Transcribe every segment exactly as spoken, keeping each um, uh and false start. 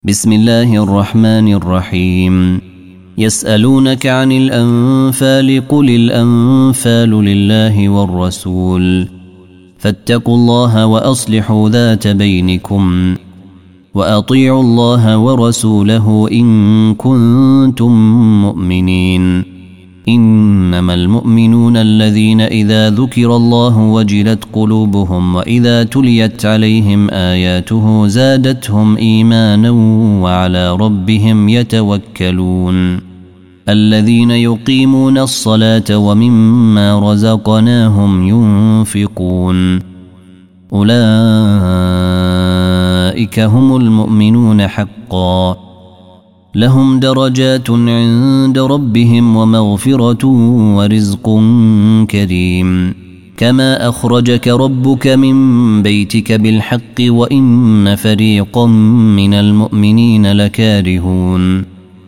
بسم الله الرحمن الرحيم. يسألونك عن الأنفال قل الأنفال لله والرسول فاتقوا الله وأصلحوا ذات بينكم وأطيعوا الله ورسوله إن كنتم مؤمنين. إنما المؤمنون الذين إذا ذكر الله وجلت قلوبهم وإذا تليت عليهم آياته زادتهم إيمانا وعلى ربهم يتوكلون. الذين يقيمون الصلاة ومما رزقناهم ينفقون أولئك هم المؤمنون حقا لهم درجات عند ربهم ومغفرة ورزق كريم. كما أخرجك ربك من بيتك بالحق وإن فريقا من المؤمنين لكارهون.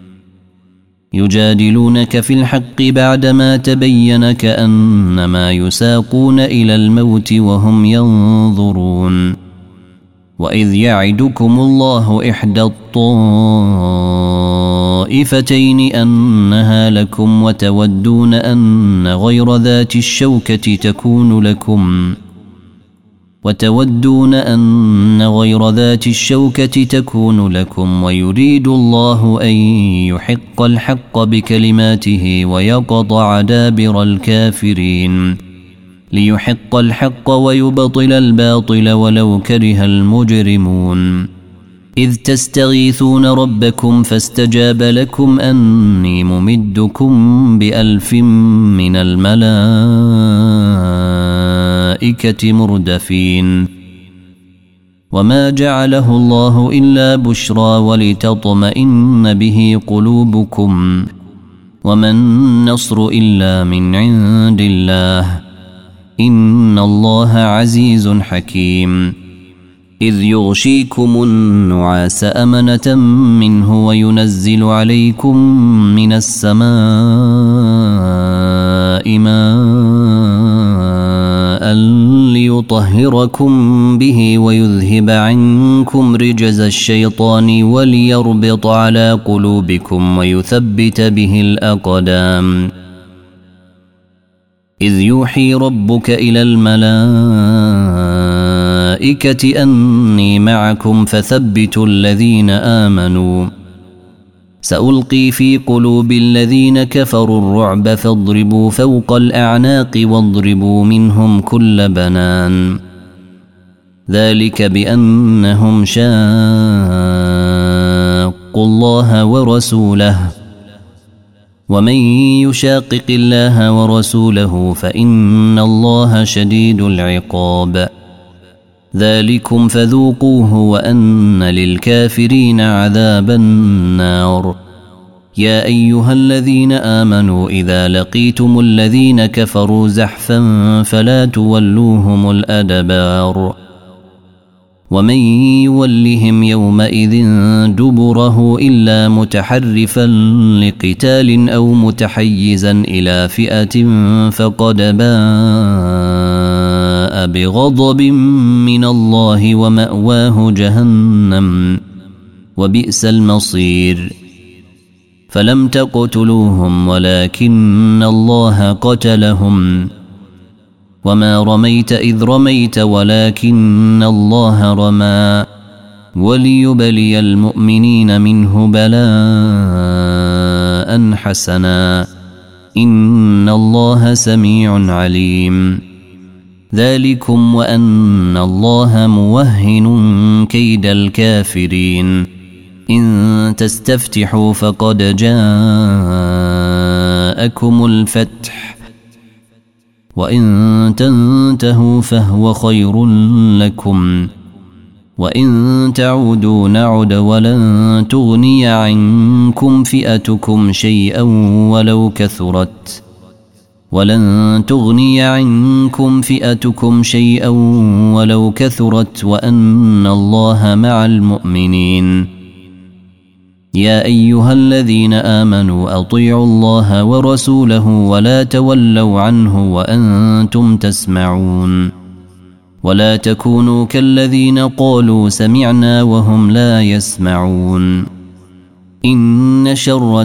يجادلونك في الحق بعدما تبين كأنما يساقون إلى الموت وهم ينظرون. وإذ يعدكم الله إحدى الطائفتين أنها لكم وتودون أن غير ذات الشوكة تكون لكم وتودون أن غير ذات الشوكة تكون لكم ويريد الله أن يحق الحق بكلماته ويقطع دابر الكافرين ليحق الحق ويبطل الباطل ولو كره المجرمون. إذ تستغيثون ربكم فاستجاب لكم أني ممدكم بألف من الملائكة مردفين. وما جعله الله إلا بشرى ولتطمئن به قلوبكم وما النصر إلا من عند الله إن الله عزيز حكيم. إذ يغشيكم النعاس أمنة منه وينزل عليكم من السماء ماء ليطهركم به ويذهب عنكم رجز الشيطان وليربط على قلوبكم ويثبت به الأقدام. إذ يوحي ربك إلى الملائكة أني معكم فثبتوا الذين آمنوا سألقي في قلوب الذين كفروا الرعب فاضربوا فوق الأعناق واضربوا منهم كل بنان. ذلك بأنهم شاقوا الله ورسوله ومن يشاقق الله ورسوله فإن الله شديد العقاب. ذلكم فذوقوه وأن للكافرين عذاب النار. يا أيها الذين آمنوا إذا لقيتم الذين كفروا زحفا فلا تولوهم الأدبار. ومن يولهم يومئذ دبره إلا متحرفا لقتال أو متحيزا إلى فئة فقد باء بغضب من الله ومأواه جهنم وبئس المصير. فلم تقتلوهم ولكن الله قتلهم وما رميت إذ رميت ولكن الله رمى وليبلي المؤمنين منه بلاء حسنا إن الله سميع عليم. ذلكم وأن الله موهن كيد الكافرين. إن تستفتحوا فقد جاءكم الفتح وإن تنتهوا فهو خير لكم وإن تعودوا نعد ولن تغني عنكم فئتكم شيئا ولو كثرت ولن تغني عنكم فئتكم شيئا ولو كثرت وأن الله مع المؤمنين. يا أيها الذين آمنوا أطيعوا الله ورسوله ولا تولوا عنه وأنتم تسمعون. ولا تكونوا كالذين قالوا سمعنا وهم لا يسمعون إن شر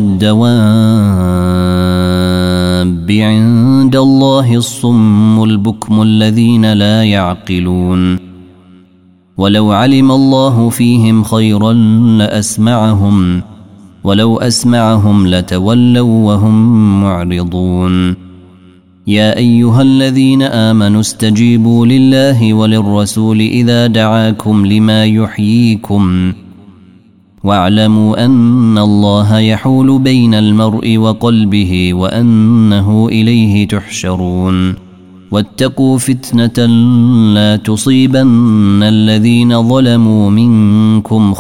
الدواب عند الله الصم البكم الذين لا يعقلون ولو علم الله فيهم خيرا لأسمعهم ولو أسمعهم لتولوا وهم معرضون يا أيها الذين آمنوا استجيبوا لله وللرسول إذا دعاكم لما يحييكم واعلموا أن الله يحول بين المرء وقلبه وأنه إليه تحشرون واتقوا فتنة لا تصيبن الذين ظلموا منكم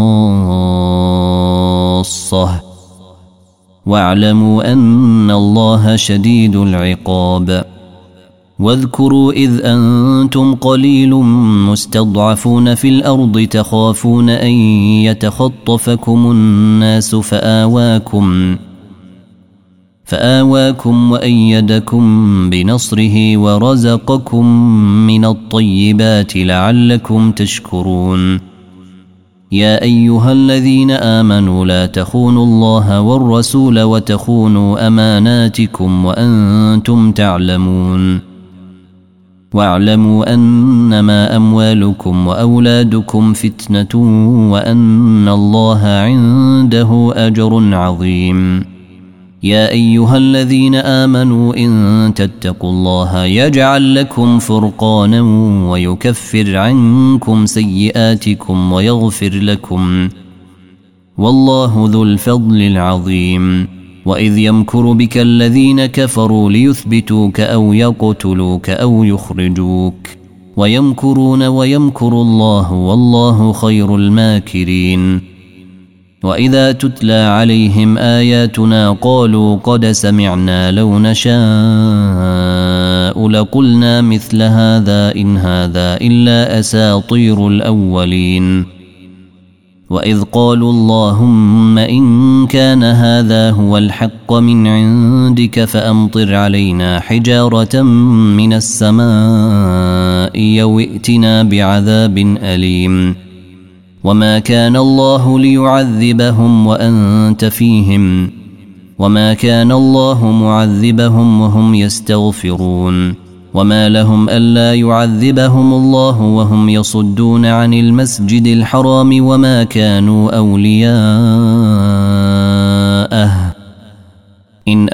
خاصة واعلموا أن الله شديد العقاب واذكروا إذ أنتم قليل مستضعفون في الأرض تخافون أن يتخطفكم الناس فآواكم فآواكم وأيدكم بنصره ورزقكم من الطيبات لعلكم تشكرون يا أيها الذين آمنوا لا تخونوا الله والرسول وتخونوا أماناتكم وأنتم تعلمون واعلموا أنما أموالكم وأولادكم فتنة وأن الله عنده أجر عظيم يا أيها الذين آمنوا إن تتقوا الله يجعل لكم فرقانا ويكفر عنكم سيئاتكم ويغفر لكم والله ذو الفضل العظيم وإذ يمكر بك الذين كفروا ليثبتوك أو يقتلوك أو يخرجوك ويمكرون ويمكر الله والله خير الماكرين وإذا تتلى عليهم آياتنا قالوا قد سمعنا لو نشاء لقلنا مثل هذا إن هذا إلا أساطير الأولين وإذ قالوا اللهم إن كان هذا هو الحق من عندك فأمطر علينا حجارة من السماء أو ائتنا بعذاب أليم وما كان الله ليعذبهم وأنت فيهم وما كان الله معذبهم وهم يستغفرون وما لهم ألا يعذبهم الله وهم يصدون عن المسجد الحرام وما كانوا أولياءه إن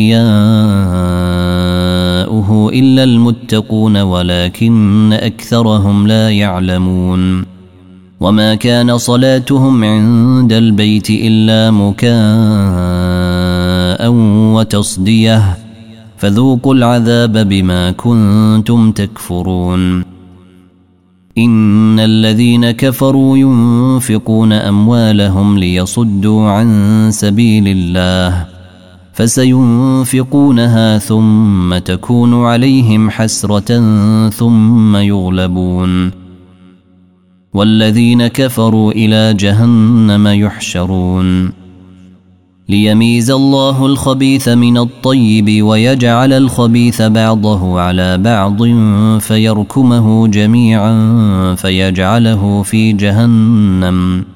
أولياؤه إلا المتقون ولكن أكثرهم لا يعلمون وما كان صلاتهم عند البيت إلا مكاء وتصديه فذوقوا العذاب بما كنتم تكفرون إن الذين كفروا ينفقون أموالهم ليصدوا عن سبيل الله فسينفقونها ثم تكون عليهم حسرة ثم يغلبون والذين كفروا إلى جهنم يحشرون ليميز الله الخبيث من الطيب ويجعل الخبيث بعضه على بعض فيركمه جميعا فيجعله في جهنم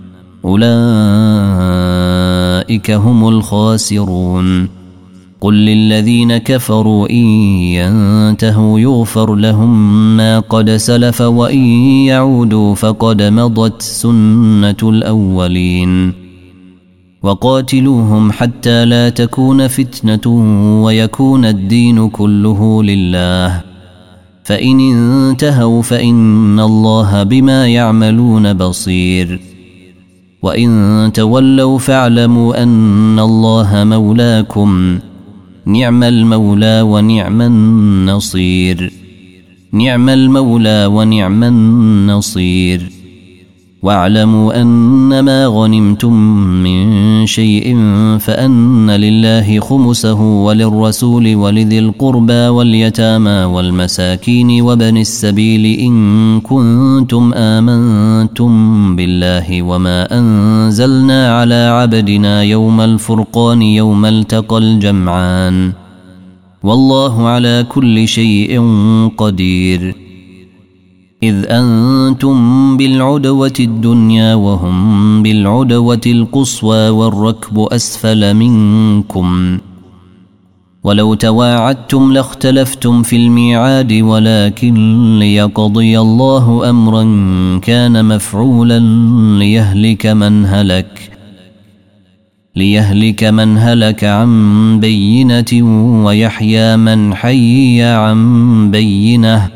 أولئك هم الخاسرون قل للذين كفروا إن ينتهوا يغفر لهم ما قد سلف وإن يعودوا فقد مضت سنة الأولين وقاتلوهم حتى لا تكون فتنة ويكون الدين كله لله فإن انتهوا فإن الله بما يعملون بصير وإن تولوا فاعلموا أن الله مولاكم نعم المولى ونعم النصير نعم المولى ونعم النصير واعلموا أنما غنمتم من شيء فأن لله خمسه وللرسول ولذي القربى واليتامى والمساكين وابن السبيل إن كنتم آمنتم بالله وما أنزلنا على عبدنا يوم الفرقان يوم التقى الجمعان والله على كل شيء قدير إذ أنتم بالعدوة الدنيا وهم بالعدوة القصوى والركب أسفل منكم ولو تواعدتم لاختلفتم في الميعاد ولكن ليقضي الله أمرا كان مفعولا ليهلك من هلك ليهلك من هلك عن بينة ويحيى من حي عن بينة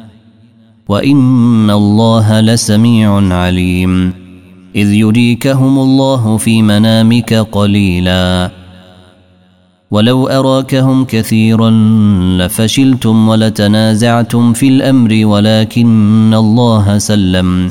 وإن الله لسميع عليم إذ يريكهم الله في منامك قليلا ولو أراكهم كثيرا لفشلتم ولتنازعتم في الأمر ولكن الله سلم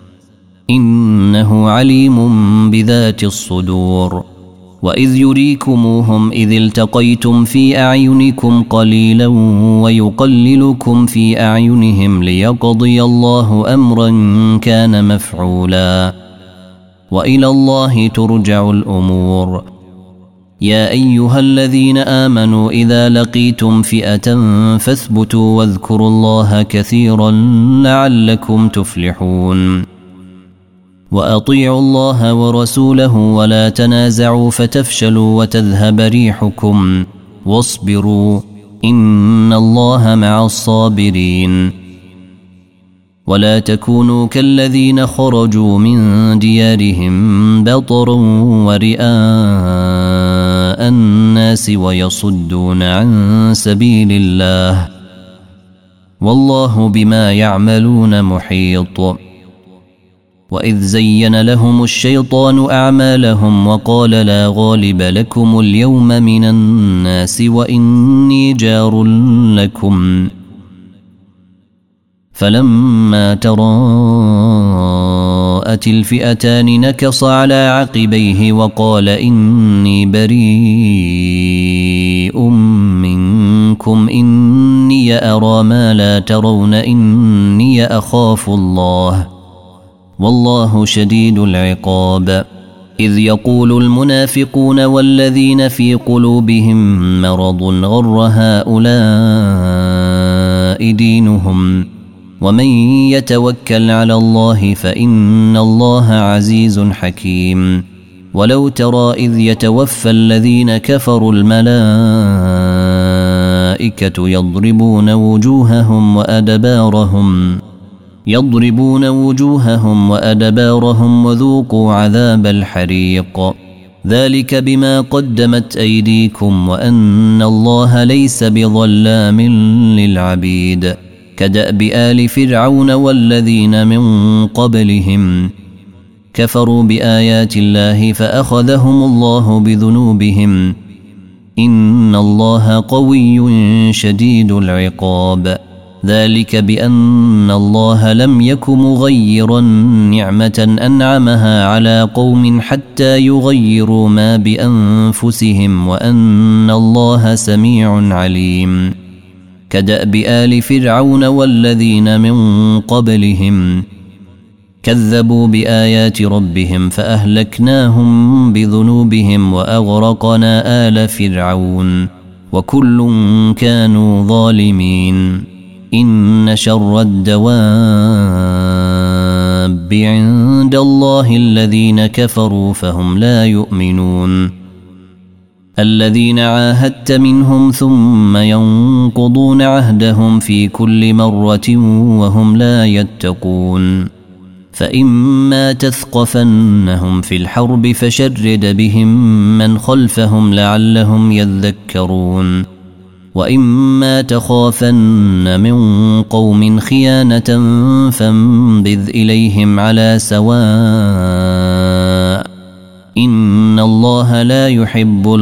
إنه عليم بذات الصدور وإذ يريكموهم إذ التقيتم في أعينكم قليلا ويقللكم في أعينهم ليقضي الله أمرا كان مفعولا وإلى الله ترجع الأمور يا أيها الذين آمنوا إذا لقيتم فئة فاثبتوا واذكروا الله كثيرا لعلكم تفلحون وأطيعوا الله ورسوله ولا تنازعوا فتفشلوا وتذهب ريحكم واصبروا إن الله مع الصابرين ولا تكونوا كالذين خرجوا من ديارهم بطرا ورئاء الناس ويصدون عن سبيل الله والله بما يعملون محيط وإذ زين لهم الشيطان أعمالهم وقال لا غالب لكم اليوم من الناس وإني جار لكم فلما تراءت الفئتان نكص على عقبيه وقال إني بريء منكم إني أرى ما لا ترون إني أخاف الله والله شديد العقاب إذ يقول المنافقون والذين في قلوبهم مرض غر هؤلاء دينهم ومن يتوكل على الله فإن الله عزيز حكيم ولو ترى إذ يتوفى الذين كفروا الملائكة يضربون وجوههم وأدبارهم يضربون وجوههم وأدبارهم وذوقوا عذاب الحريق ذلك بما قدمت أيديكم وأن الله ليس بظلام للعبيد كدأب آل فرعون والذين من قبلهم كفروا بآيات الله فأخذهم الله بذنوبهم إن الله قوي شديد العقاب ذلك بأن الله لم يك مغيرا نعمة أنعمها على قوم حتى يغيروا ما بأنفسهم وأن الله سميع عليم كدأب آل فرعون والذين من قبلهم كذبوا بآيات ربهم فأهلكناهم بذنوبهم وأغرقنا آل فرعون وكل كانوا ظالمين إن شر الدواب عند الله الذين كفروا فهم لا يؤمنون الذين عاهدت منهم ثم ينقضون عهدهم في كل مرة وهم لا يتقون فإما تثقفنهم في الحرب فشرد بهم من خلفهم لعلهم يذكرون وإما تخافن من قوم خيانة فانبذ إليهم على سواء إن الله لا يحب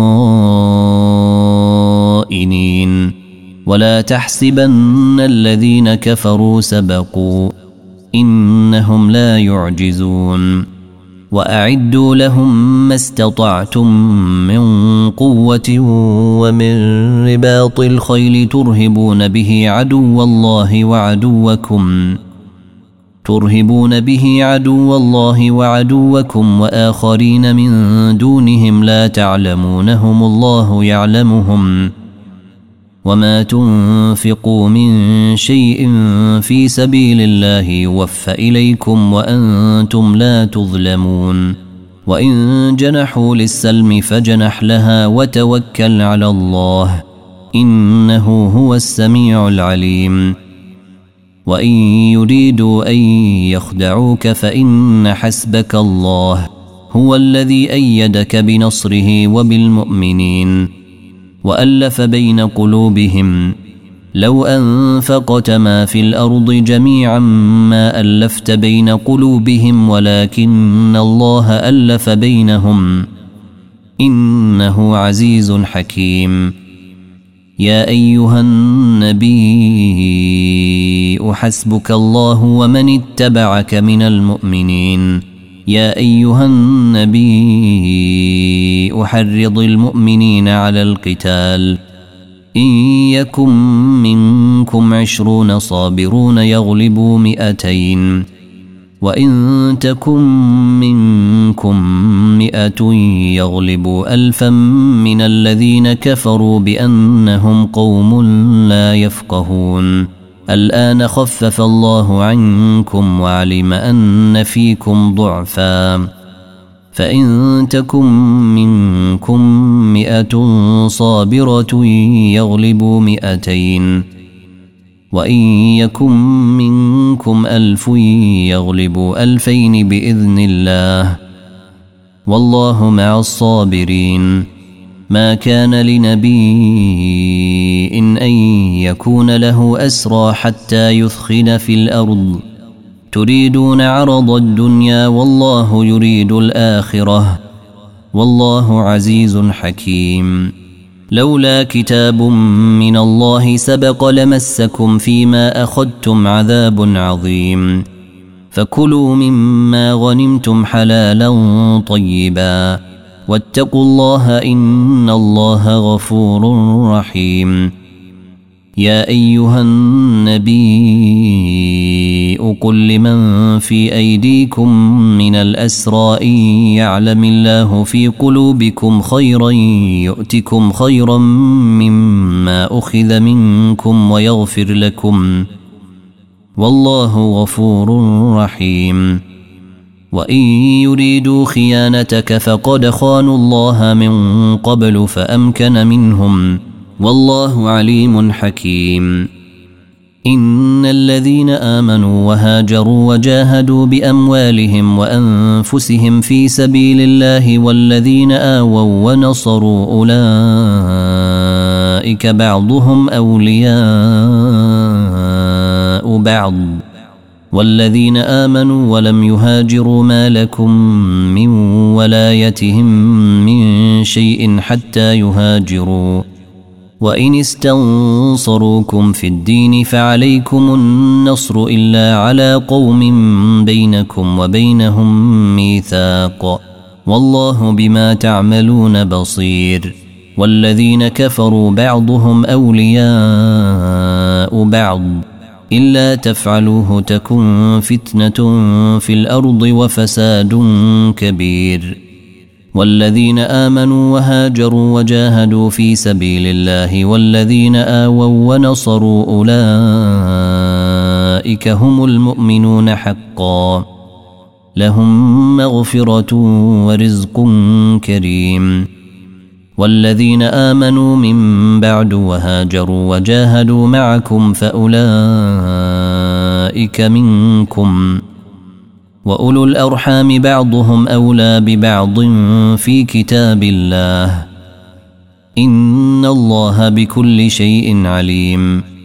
الخائنين ولا تحسبن الذين كفروا سبقوا إنهم لا يعجزون وأعدوا لهم ما استطعتم من قوة ومن رباط الخيل ترهبون به عدو الله وعدوكم ترهبون به عدو الله وعدوكم وآخرين من دونهم لا تعلمونهم الله يعلمهم وما تنفقوا من شيء في سبيل الله يوفى إليكم وأنتم لا تظلمون وإن جنحوا للسلم فجنح لها وتوكل على الله إنه هو السميع العليم وإن يريدوا أن يخدعوك فإن حسبك الله هو الذي أيدك بنصره وبالمؤمنين وألف بين قلوبهم لو أنفقت ما في الأرض جميعا ما ألفت بين قلوبهم ولكن الله ألف بينهم إنه عزيز حكيم يا أيها النبي حسبك الله ومن اتبعك من المؤمنين يا أيها النبي أحرض المؤمنين على القتال إن يكن منكم عشرون صابرون يغلبوا مئتين وإن تكن منكم مئة يغلبوا ألفا من الذين كفروا بأنهم قوم لا يفقهون الآن خفف الله عنكم وعلم أن فيكم ضعفا فإن تكن منكم مئة صابرة يغلبوا مئتين وإن يكن منكم ألف يغلبوا ألفين بإذن الله والله مع الصابرين ما كان لنبي إن أن يكون له أسرى حتى يثخن في الأرض تريدون عرض الدنيا والله يريد الآخرة والله عزيز حكيم لولا كتاب من الله سبق لمسكم فيما أخذتم عذاب عظيم فكلوا مما غنمتم حلالا طيبا واتقوا الله إن الله غفور رحيم يا أيها النبي قل لمن في أيديكم من الأسرى إن يعلم الله في قلوبكم خيرا يؤتكم خيرا مما أخذ منكم ويغفر لكم والله غفور رحيم وإن يريدوا خيانتك فقد خانوا الله من قبل فأمكن منهم والله عليم حكيم إن الذين آمنوا وهاجروا وجاهدوا بأموالهم وأنفسهم في سبيل الله والذين آووا ونصروا أولئك بعضهم أولياء بعض والذين آمنوا ولم يهاجروا ما لكم من ولايتهم من شيء حتى يهاجروا وإن استنصروكم في الدين فعليكم النصر إلا على قوم بينكم وبينهم ميثاق والله بما تعملون بصير والذين كفروا بعضهم أولياء بعض إلا تفعلوه تكن فتنة في الأرض وفساد كبير والذين آمنوا وهاجروا وجاهدوا في سبيل الله والذين آووا ونصروا أولئك هم المؤمنون حقا لهم مغفرة ورزق كريم والذين آمنوا من بعد وهاجروا وجاهدوا معكم فأولئك منكم وأولو الأرحام بعضهم أولى ببعض في كتاب الله إن الله بكل شيء عليم